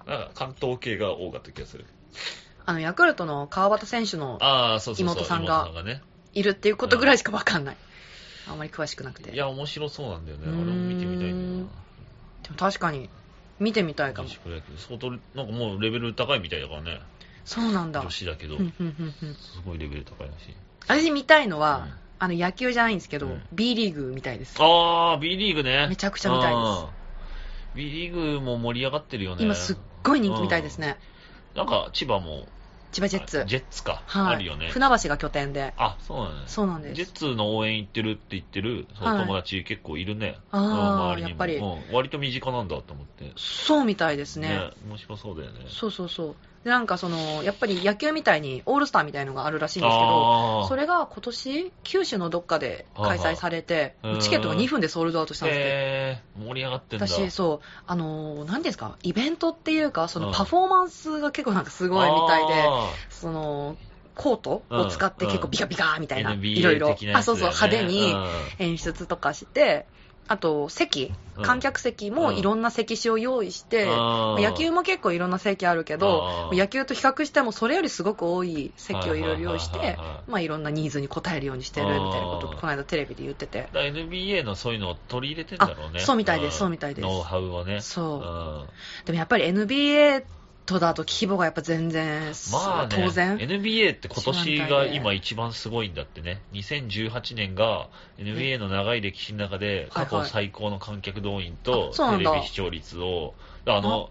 なんか関東系が多かった気がする。 ヤクルトの川端選手の妹さんがいるっていうことぐらいしかわかんない。あんまり詳しくなくて。 いや、面白そうなんだよね。あれも見てみたいんだよな。 でも確かに、見てみたいかも。 相当、なんかもうレベル高いみたいだからね。 そうなんだ。 女子だけど、すごいレベル高いらしい。 私見たいのは、野球じゃないんですけど、B リーグみたいです。 B リーグね。 めちゃくちゃ見たいです。 B リーグも盛り上がってるよね。 今すっごい人気みたいですね。 なんか千葉も。 千葉ジェッツ。 ジェッツか。 はい。 あるよね。 船橋が拠点で。 そうなんです。 そうなんです。 ジェッツの応援行ってるって言ってる友達結構いるね。 周りにも。やっぱり。 割と身近なんだと思って。 そうみたいですね。 面白そうだよね。 そう。で、なんかやっぱり野球みたいにオールスターみたいのがあるらしいんですけど、それが今年、九州のどっかで開催されて、チケットが2分でソールドアウトしたんですって。 盛り上がってんだ。 私、何ですか、イベントっていうか、パフォーマンスが結構なんかすごいみたいで、コートを使って結構ビカビカみたいな、いろいろ、派手に演出とかして、あと観客席もいろんな席次を用意して、野球も結構いろんな席あるけど、野球と比較してもそれよりすごく多い席をいろいろ用意して、いろんなニーズに応えるようにしてるみたいなことをこの間テレビで言ってて。 NBA のそういうのを取り入れてんだろうね。 そうみたいです、ノウハウをね。 そう。でもやっぱり NBAとだと規模がやっぱ全然、当然。 NBA って今年が今一番すごいんだってね。2018年が NBA の長い歴史の中で過去最高の観客動員とテレビ視聴率を、多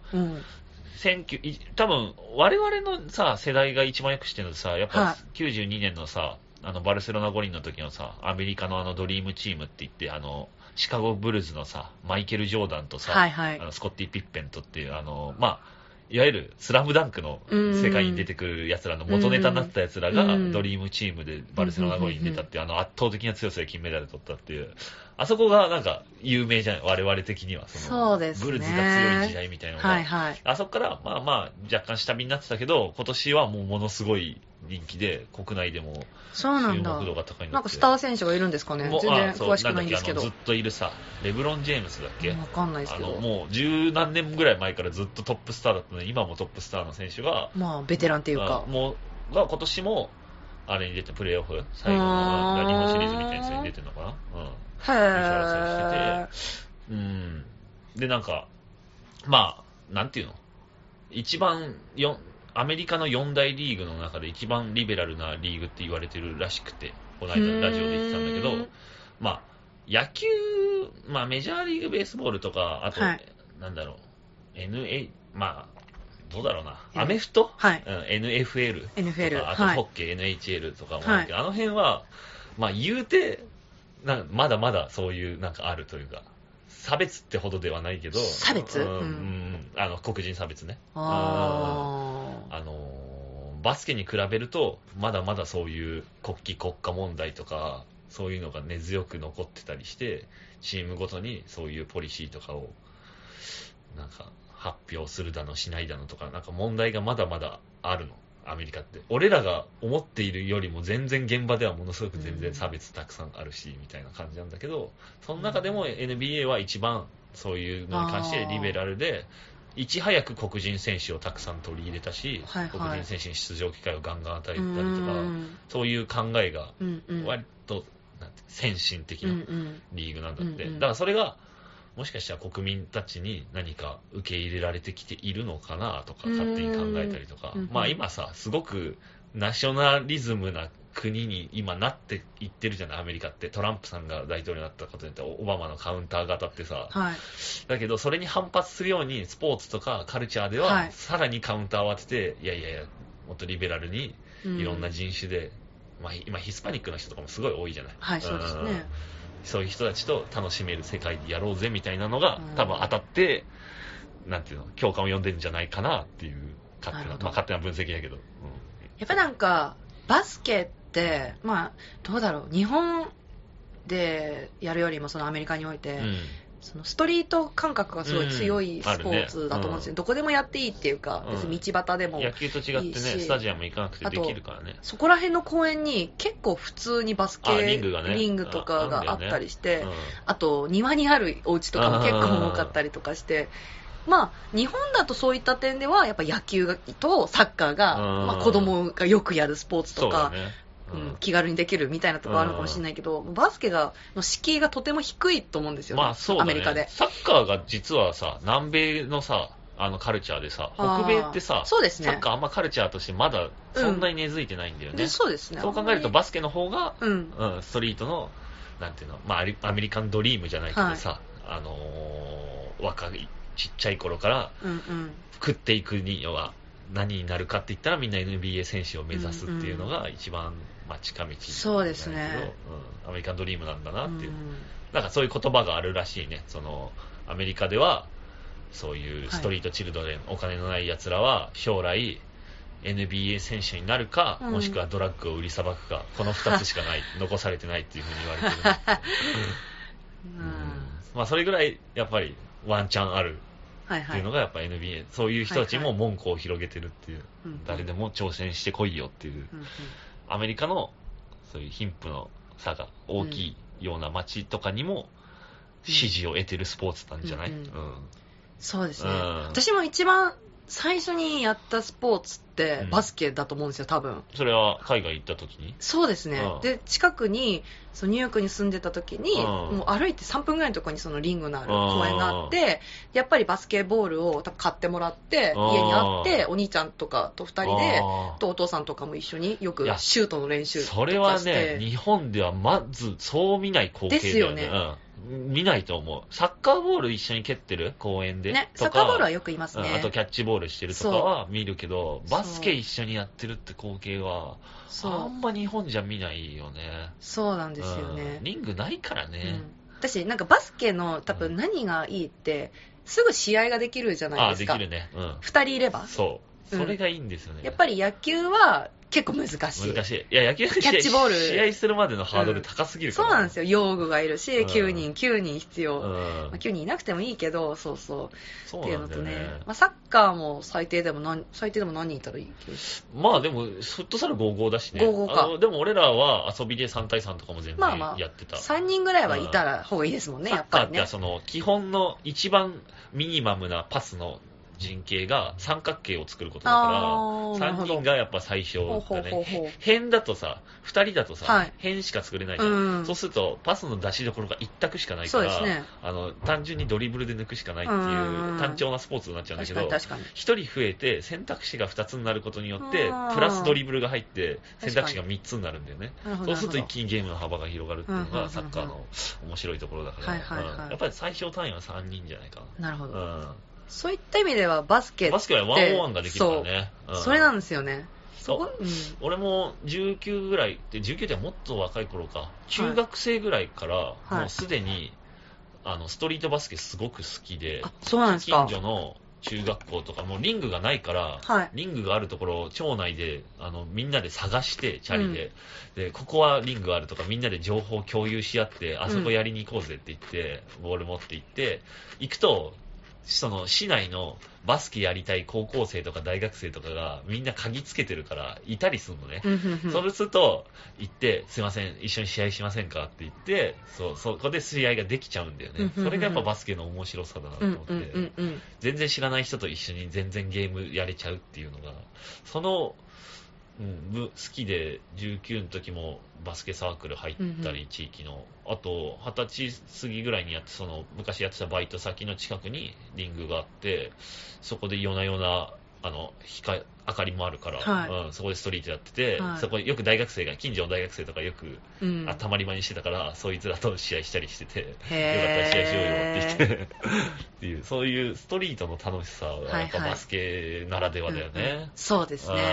分我々のさ、世代が一番よくしてるのさ、やっぱ92年のさ、バルセロナ五輪の時のさ、アメリカのドリームチームって言って、シカゴブルズのさ、マイケル・ジョーダンとさ、スコッティ・ピッペントっていう、いわゆるスラムダンクの世界に出てくる奴らの元ネタになった奴らがドリームチームでバルセロナ五輪に出たっていう圧倒的な強さで金メダル取ったっていう、あそこがなんか有名じゃない、我々的には。 そうですね。 ブルズが強い時代みたいなのが。あそこから若干下火になってたけど、今年はもうものすごい人気で、国内でも注目度が高いんだって。 なんかスター選手がいるんですかね。全然詳しくないんですけど。 ずっといるさ、レブロン・ジェームスだっけ？ わかんないですけど。 もう十何年ぐらい前からずっとトップスターだったので、今もトップスターの選手が、 ベテランっていうか。 今年も、あれに出て、プレーオフ最後の日本シリーズみたいなやつに出てるのかな？優勝してて。で、なんか、なんていうの？一番、アメリカの4大リーグの中で一番リベラルなリーグって言われてるらしくて、この間ラジオで言ってたんだけど、野球、メジャーリーグベースボールとか、あと、なんだろう、どうだろうな、アメフト、NFL とか、あとホッケー、NHL とかもあるけど、あの辺は、言うて、まだまだそういうなんかあるというか、差別ってほどではないけど、 差別？ 黒人差別ね。バスケに比べると、まだまだそういう国旗国家問題とか、そういうのが根強く残ってたりして、チームごとにそういうポリシーとかを、なんか発表するだのしないだのとか、なんか問題がまだまだあるの。アメリカって。俺らが思っているよりも全然現場ではものすごく全然差別たくさんあるし、みたいな感じなんだけど、その中でも NBA は一番そういうのに関してリベラルで、いち早く黒人選手をたくさん取り入れたし、黒人選手に出場機会をガンガン与えたりとか、そういう考えが割と先進的なリーグなんだって。だからそれが、もしかしたら国民たちに何か受け入れられてきているのかなとか勝手に考えたりとか、今さ、すごくナショナリズムな国に今なっていってるじゃない、アメリカって。トランプさんが大統領になったことによってオバマのカウンター型ってさ、だけどそれに反発するようにスポーツとかカルチャーではさらにカウンターを当てて、いやもっとリベラルにいろんな人種で、今ヒスパニックの人とかもすごい多いじゃない。 そうですね。 そういう人たちと楽しめる世界でやろうぜみたいなのが、多分当たって、なんていうの、共感を呼んでるんじゃないかなっていう勝手な分析だけど。 やっぱなんか、バスケって、どうだろう、日本でやるよりもそのアメリカにおいて、そのストリート感覚がすごい強いスポーツだと思うんですよ。どこでもやっていいっていうか、別に道端でもいいし。 野球と違ってね、スタジアム行かなくてできるからね。 そこら辺の公園に結構普通にバスケリングとかがあったりして、あと庭にあるお家とかも結構多かったりとかして、 まあ、日本だとそういった点ではやっぱ野球とサッカーが、まあ、子供がよくやるスポーツとか、気軽にできるみたいなところあるのかもしれないけど、バスケの敷居がとても低いと思うんですよね、 まあそうだね、 アメリカで。 サッカーが実はさ、南米のさ、カルチャーでさ、北米ってさ、 そうですね、 サッカーあんまカルチャーとしてまだそんなに根付いてないんだよね。 そうですね。 そう考えるとバスケの方が、 うんストリートの、なんていうの、まあアメリカンドリームじゃないけどさ、若い、ちっちゃい頃から、食っていくには何になるかって言ったらみんな NBA 選手を目指すっていうのが一番、まあ、近道なんだけど、 そうですね、 アメリカンドリームなんだなっていう、なんかそういう言葉があるらしいね。アメリカではそういうストリートチルドレン、お金のない奴らは将来 NBA 選手になるか、もしくはドラッグを売りさばくか、この2つしかない残されてないっていうふうに言われてるんですけど、まあそれぐらいやっぱりワンチャンあるっていうのがやっぱ NBA、そういう人たちも門戸を広げてるっていう、誰でも挑戦してこいよっていう、アメリカのそういう貧富の差が大きいような街とかにも支持を得てるスポーツなんじゃない？ そうですね、私も一番最初にやったスポーツってバスケだと思うんですよ、多分。 それは海外行った時に？ そうですね、で近くにニューヨークに住んでた時に、もう歩いて3分ぐらいのところにそのリングのある公園があって、やっぱりバスケボールを買ってもらって家にあって、お兄ちゃんとかと2人でとお父さんとかも一緒によくシュートの練習とかして。それはね、日本ではまずそう見ない光景だよね。ですよね、見ないと思う。サッカーボール一緒に蹴ってる公園で、ね、 サッカーボールはよくいますね。 あとキャッチボールしてるとかは見るけど、バスケ一緒にやってるって光景はあんま日本じゃ見ないよね。 そうなんですよね、 リングないからね、 私なんかバスケの多分何がいいって、すぐ試合ができるじゃないですか。 できるね、 2人いれば。 それがいいんですよね。 やっぱり野球は結構難しい。 難しい。いや、野球キャッチボール試合するまでのハードル高すぎるから、 そうなんですよ。用具がいるし、9人必要。9人いなくてもいいけど、そうっていうのとね。サッカーも最低でも何人いたらいい？ まあでも、フットサル5-5だしね。 5-5か。 でも俺らは遊びで3対3とかも全然やってた。 3人ぐらいはいたら方がいいですもんね、やっぱりね。 サッカーって基本の一番ミニマムなパスの陣形が三角形を作ることだから、3人がやっぱ最初だね。辺だとさ、2人だとさ、辺しか作れないじゃん。そうすると、パスの出しどころが一択しかないから、単純にドリブルで抜くしかないっていう単調なスポーツになっちゃうんだけど、1人増えて選択肢が2つになることによって、プラスドリブルが入って、選択肢が3つになるんだよね。そうすると一気にゲームの幅が広がるっていうのがサッカーの面白いところだから、やっぱり最小単位は3人じゃないかな。 なるほど。そういった意味ではバスケは1-on-1ができるからね。 それなんですよね。 俺も19ぐらいで、19ってもっと若い頃か、中学生ぐらいからもうすでにストリートバスケすごく好きで、 そうなんですか。 近所の中学校とかもうリングがないから、リングがあるところを町内でみんなで探してチャリで、でここはリングがあるとかみんなで情報共有し合って、あそこやりに行こうぜって言ってボール持って行って行くと、その市内のバスケやりたい高校生とか大学生とかがみんな鍵つけてるからいたりするのね。そうすると行ってすいません一緒に試合しませんかって言って、そこで試合ができちゃうんだよね。それがやっぱバスケの面白さだなと思って、全然知らない人と一緒に全然ゲームやれちゃうっていうのが好きで、19の時もバスケサークル入ったり、地域の、あと20歳過ぎぐらいにやって、昔やってたバイト先の近くにリングがあって、そこで夜な夜な明かりもあるから、そこでストリートやってて、そこよく近所の大学生とかよく、たまり場にしてたから、そいつらと試合したりしてて、よかったら試合しようよって言ってっていう、そういうストリートの楽しさはやっぱバスケならではだよね。 そうですね。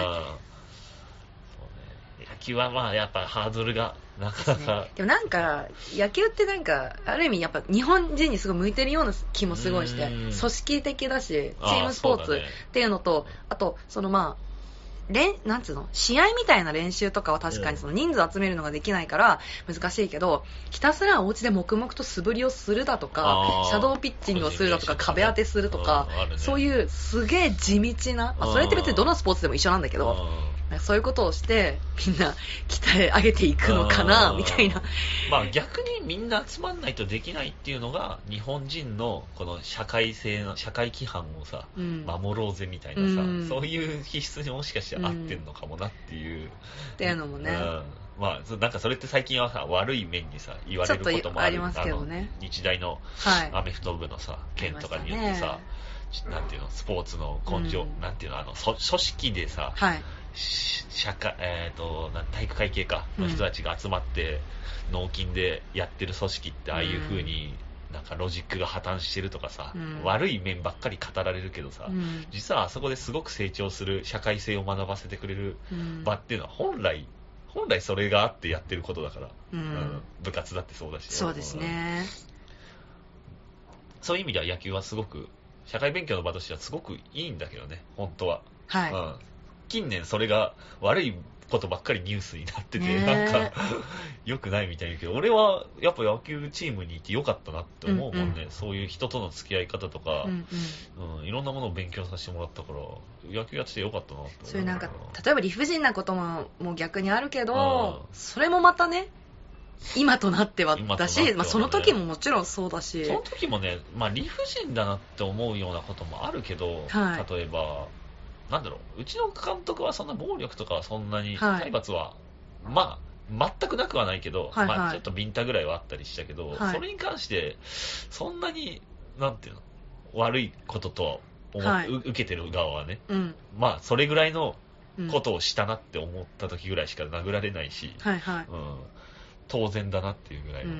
野球はまあやっぱハードルがなかなか、 でもなんか野球ってなんかある意味やっぱ日本人にすごい向いてるような気もすごいして、組織的だしチームスポーツっていうのと、あとなんつうの試合みたいな練習とかは確かに人数集めるのができないから難しいけど、ひたすらお家で黙々と素振りをするだとか、シャドーピッチングをするだとか、壁当てするとか、そういうすげえ地道な、それって別にどのスポーツでも一緒なんだけど、 なんかそういうことをしてみんな鍛え上げていくのかなみたいな。 まあ逆にみんな集まんないとできないっていうのが日本人のこの社会規範をさ、守ろうぜみたいなさ、そういう気質にもしかして合ってんのかもなっていう、 っていうのもね、 まあなんかそれって最近はさ悪い面にさ言われることもある。 ありますけどね。 日大のアメフト部のさ、件とかによってさ、なんていうの、スポーツの根性、なんていうの、組織でさ、体育会系かの人たちが集まって納金でやってる組織ってああいう風になんかロジックが破綻してるとかさ、悪い面ばっかり語られるけどさ、実はあそこですごく成長する社会性を学ばせてくれる場っていうのは本来それがあってやってることだから、部活だってそうだし。 そうですね。 そういう意味では野球はすごく社会勉強の場としてはすごくいいんだけどね、本当は。近年それが悪いことばっかりニュースになってて、なんか良くないみたいだけど、俺はやっぱ野球チームにいて良かったなって思うもんね。そういう人との付き合い方とか、いろんなものを勉強させてもらったから野球やってて良かったなって思う。 そういうなんか例えば理不尽なことも逆にあるけど、それもまたね、今となってはだし、その時ももちろんそうだし、 その時もね、理不尽だなって思うようなこともあるけど、例えばなんだろう、うちの監督はそんな暴力とかはそんなに、体罰は全くなくはないけど、ちょっとビンタぐらいはあったりしたけど、それに関してそんなになんていうの、悪いことと受けてる側はね、それぐらいのことをしたなって思った時ぐらいしか殴られないし、当然だなっていうぐらいの。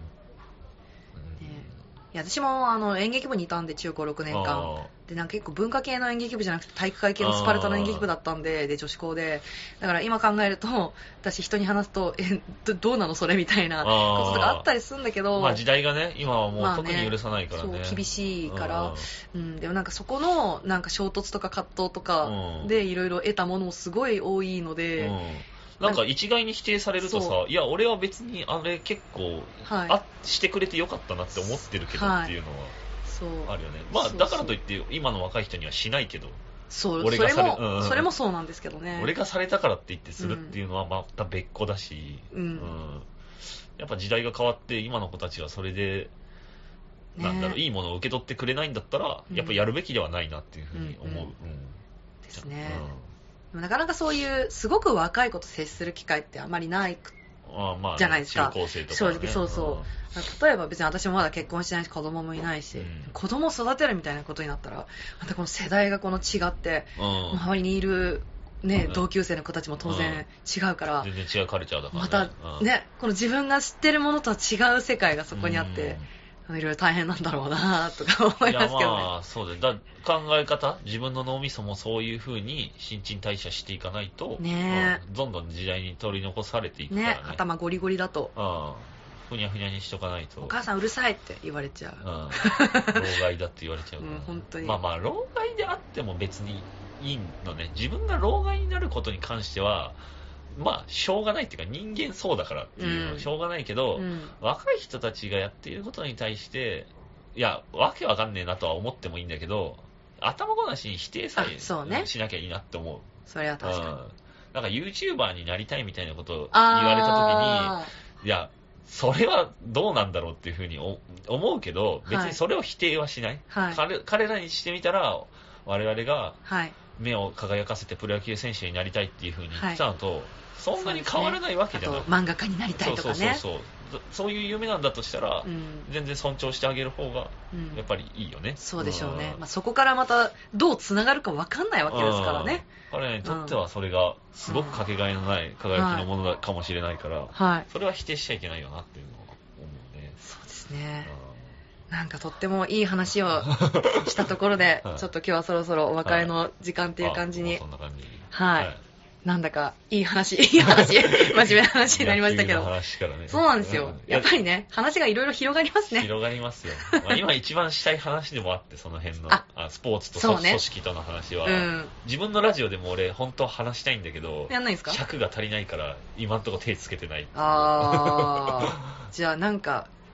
いや私も演劇部にいたんで、中高6年間で、なんか結構文化系の演劇部じゃなくて体育会系のスパルタの演劇部だったんで、女子校で、だから今考えると私人に話すとどうなのそれみたいなこととかあったりするんだけど、 時代がね今はもう特に許さないからね、 そう厳しいから、でもなんかそこのなんか衝突とか葛藤とかでいろいろ得たものもすごい多いので、 なんか一概に否定されるとさ、いや俺は別にあれ結構、してくれてよかったなって思ってるけどっていうのはあるよね。だからといって今の若い人にはしないけど、 それもそうなんですけどね。 俺がされたからって言ってするっていうのはまた別個だし、やっぱ時代が変わって今の子たちはそれで、なんだろう、いいものを受け取ってくれないんだったら、やっぱやるべきではないなっていうふうに思う。 ですね。なかなかそういうすごく若い子と接する機会ってあまりないじゃないですか。 中高生とか、 正直そうそう。例えば別に私もまだ結婚してないし子供もいないし、子供を育てるみたいなことになったら、またこの世代が違って、周りにいる同級生の子たちも当然違うから、 全然違うカルチャーだからまたね、この自分が知ってるものとは違う世界がそこにあって、いろいろ大変なんだろうなとか思いますけどね。 そうだ。考え方、自分の脳みそもそういう風に新陳代謝していかないと、どんどん時代に取り残されていくからね。 頭ゴリゴリだと。 ふにゃふにゃにしとかないと。 お母さんうるさいって言われちゃう。 老害だって言われちゃうから。 本当に。 老害であっても別にいいのね。自分が老害になることに関しては、しょうがないっていうか人間そうだからっていうのはしょうがないけど、若い人たちがやっていることに対して、いや、わけわかんねえなとは思ってもいいんだけど、頭ごなしに否定さえしなきゃいいなって思う。 それは確かに。 なんか YouTuber になりたいみたいなことを言われた時に、いや、それはどうなんだろうっていうふうに思うけど、別にそれを否定はしない。彼らにしてみたら、我々が目を輝かせてプロ野球選手になりたいっていうふうに言ってたのと、そんなに変わらないわけじゃない。 漫画家になりたいとかね。 そういう夢なんだとしたら、全然尊重してあげる方がやっぱりいいよね。 そうでしょうね。そこからまたどうつながるか分かんないわけですからね。 彼らにとってはそれがすごくかけがえのない輝きのものかもしれないから、それは否定しちゃいけないよなっていうのは思うね。 そうですね。なんかとってもいい話をしたところで、ちょっと今日はそろそろお別れの時間っていう感じに。 そんな感じ。 なんだかいい話、真面目な話になりましたけど。そうなんですよ。やっぱりね、話がいろいろ広がりますね。 広がりますよ。今一番したい話でもあって、その辺のスポーツと組織との話は、自分のラジオでも俺本当は話したいんだけど、 やんないんですか？ 尺が足りないから今んとこ手つけてない。 じゃあなんか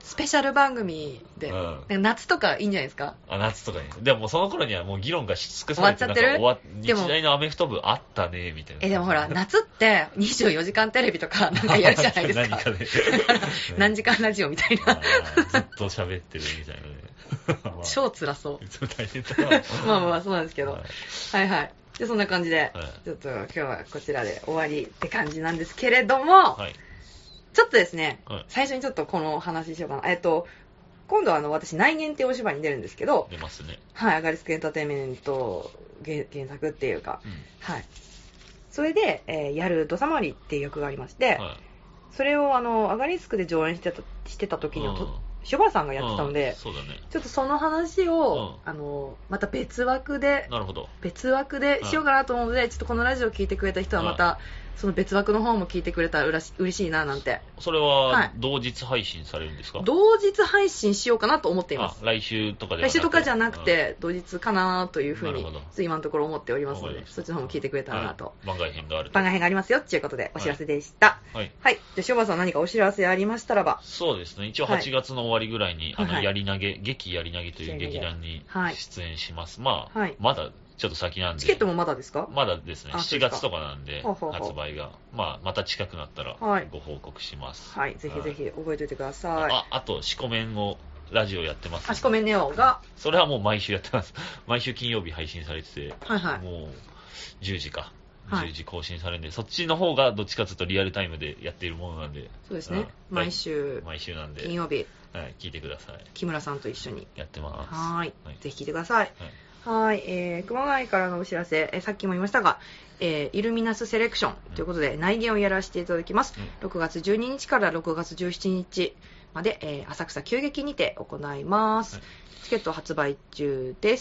スペシャル番組で、 うんなんか夏とかいいんじゃないですか。 夏とかに。でもその頃にはもう議論がし尽くされて終わっちゃってるなんかでも日大のアメフト部あったね、みたいな。 でもほら、夏って24時間テレビとかなんかやるじゃないですか。 何かで。 何時間ラジオみたいな。 ずっと喋ってるみたいなね。まあ超辛そう。 大変だな。 まあまあそうなんですけど。 ははいはい。で、そんな感じで、 はいちょっと今日はこちらで終わりって感じなんですけれども、 はい。 ちょっとですね、 はい最初にちょっとこの話しようかな。今度は私、内言っていうお芝居に出るんですけど、 出ますね。 はい、アガリスクエンターテインメント原作っていうか、 うんはい。それで、やるドサ回りっていう役がありまして、 はい。 それをアガリスクで上演してた時には、塩原さんがやってたので、 そうだね。 ちょっとその話を、また別枠でなるほど。 しようかなと思うので、ちょっとこのラジオを聞いてくれた人はまた、その別枠の方も聞いてくれたら嬉しいななんて。 それは同日配信されるんですか？ 同日配信しようかなと思っています。 来週とかではなくて。 来週とかじゃなくて、同日かなというふうに、今のところ思っておりますので、 わかりましたそっちの方も聞いてくれたらなと。 番外編があると。 番外編がありますよっていうことでお知らせでした。 はい。 はい。じゃあ、塩原さん何かお知らせありましたらば。 そうですね。一応8月の終わりぐらいに、 はいやり投げ、劇やり投げという劇団に出演します。まあ、 はいまだちょっと先なんで。 チケットもまだですか？ まだですね。7月とかなんで、 ほうほうほう発売が。まあ、また近くなったらはいご報告します。 はい。ぜひぜひ覚えておいてください。 あと、四股面をラジオやってます。 あしこめネオが、 それはもう毎週やってます。毎週金曜日配信されてて、 はいはいもう10時か。 はい 10時更新されるんで、そっちの方がどっちかというとリアルタイムでやっているものなんで。 そうですね。毎週なんで。 金曜日、 はい、聞いてください。 木村さんと一緒にやってます。 はい。 はいぜひ聞いてください。はい。熊谷からのお知らせ、さっきも言いましたが、イルミナスセレクションということで、内言をやらせていただきます。6月12日から6月17日まで、浅草急激にて行います。チケット発売中です。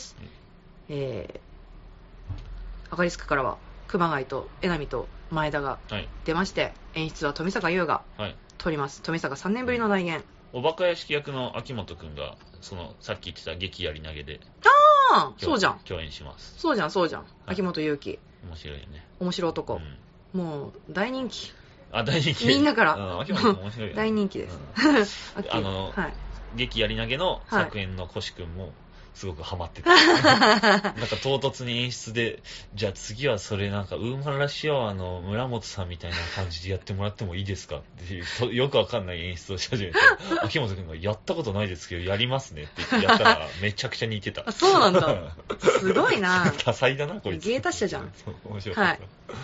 アガリスクからは、熊谷と江波と前田が出まして、演出は富坂優が撮ります。富坂3年ぶりの内言。 おバカ屋敷役の秋元くんが、さっき言ってた劇やり投げで、 そうじゃん。 共演します。 そうじゃん。秋元祐希。 面白いよね。 面白い男。もう、大人気。 大人気。 みんなから。 秋元くん面白いよね。 大人気です。 劇やり投げの作演のコシ君も、すごくハマってた。なんか唐突に演出で、じゃあ次はそれなんかウーマンラッシュアワーの村本さんみたいな感じでやってもらってもいいですかっていうよくわかんない演出をし始めて、秋元くんがやったことないですけどやりますねって言ってやったらめちゃくちゃ似てた。 そうなんだ。すごいな。 多彩だなこいつ。 芸達者じゃん。 面白かった。 はい。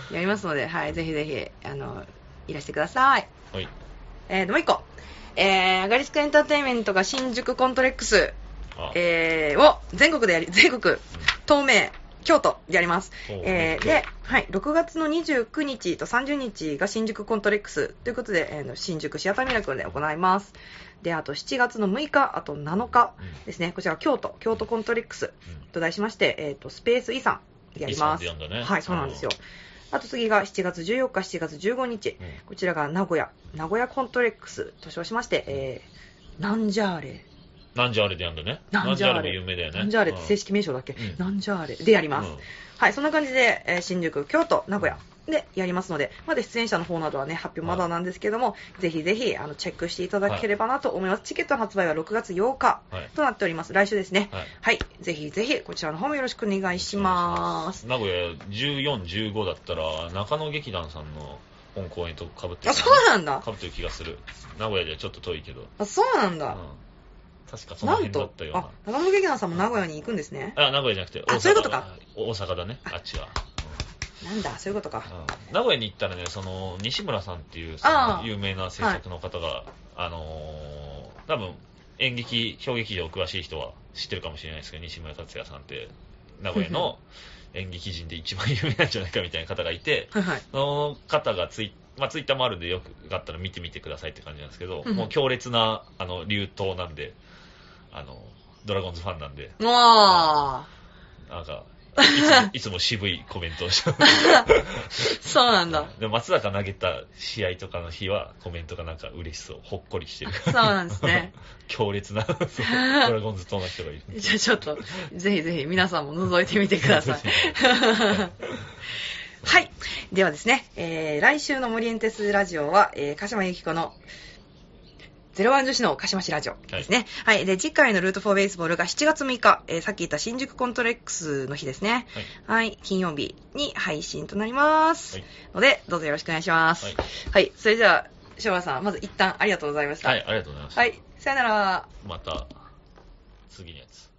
やりますので、はい、ぜひぜひいらしてください。 はい。 もう一個。アガリスクエンターテインメントが新宿コントレックスを全国、東名、京都でやります。で、はい、6月の29日と30日が新宿コントレックスということで、新宿シアターミラクルで行います。で、あと7月の6日、あと7日ですね、こちら京都コントレックスと題しまして、スペース遺産でやります。はい、そうなんですよ。あと次が7月14日、7月15日、こちらが名古屋コントレックスと称しまして、なんじゃあれ。 なんじゃあれでやんだね。なんじゃあれも有名だよね。 なんじゃあれって正式名称だっけ？なんじゃあれでやります。はい、そんな感じで、新宿、京都、名古屋でやりますので、まだ出演者の方などはね、発表まだなんですけども、ぜひぜひ、チェックしていただければなと思います。チケットの発売は6月8日となっております。来週ですね。はい、ぜひぜひ、こちらの方もよろしくお願いします。 名古屋14、15だったら、中野劇団さんの本公演と被ってる。 あ、そうなんだ。 被ってる気がする。名古屋ではちょっと遠いけど。 あ、そうなんだ。 確かその辺だったような。 中野劇団さんも名古屋に行くんですね。 名古屋じゃなくて、 そういうことか。 大阪だね、あっちは。 なんだ、そういうことか。 名古屋に行ったらね、西村さんっていう有名な制作の方が、多分、演劇、小劇場詳しい人は知ってるかもしれないですけど、西村達也さんって、名古屋の演劇人で一番有名なんじゃないかみたいな方がいて、その方がツイッターもあるんでよくあったら見てみてくださいって感じなんですけど、もう強烈な流頭なんで、ドラゴンズファンなんで、なんかいつも渋いコメントをしてそうなんだ。 で松坂投げた試合とかの日はコメントがなんか嬉しそう、ほっこりしてる。 そうなんですね。 強烈なドラゴンズ党の人がいる。 じゃあちょっとぜひぜひ皆さんも覗いてみてください。はい。ではですね、来週のモリエンテスラジオは、鹿島由紀子の 01女子の鹿島市ラジオですね。はい。で、次回のルート4ベースボールが7月6日、さっき言った新宿コントレックスの日ですね。はい。金曜日に配信となります。ので、どうぞよろしくお願いします。はい。それじゃあ、昭和さん、まず一旦ありがとうございました。 はい、ありがとうございました。 はい。さよなら。 また、次のやつ。